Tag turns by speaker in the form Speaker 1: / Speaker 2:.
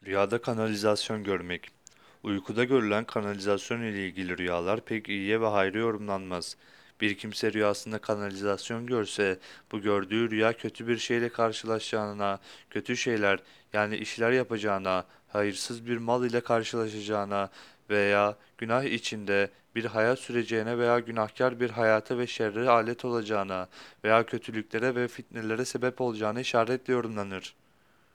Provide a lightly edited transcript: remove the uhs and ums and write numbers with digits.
Speaker 1: Rüyada kanalizasyon görmek. Uykuda görülen kanalizasyon ile ilgili rüyalar pek iyiye ve hayra yorumlanmaz. Bir kimse rüyasında kanalizasyon görse, bu gördüğü rüya kötü bir şeyle karşılaşacağına, kötü şeyler yani işler yapacağına, hayırsız bir mal ile karşılaşacağına veya günah içinde bir hayat süreceğine veya günahkar bir hayata ve şerre alet olacağına veya kötülüklere ve fitnelere sebep olacağına işaretle yorumlanır.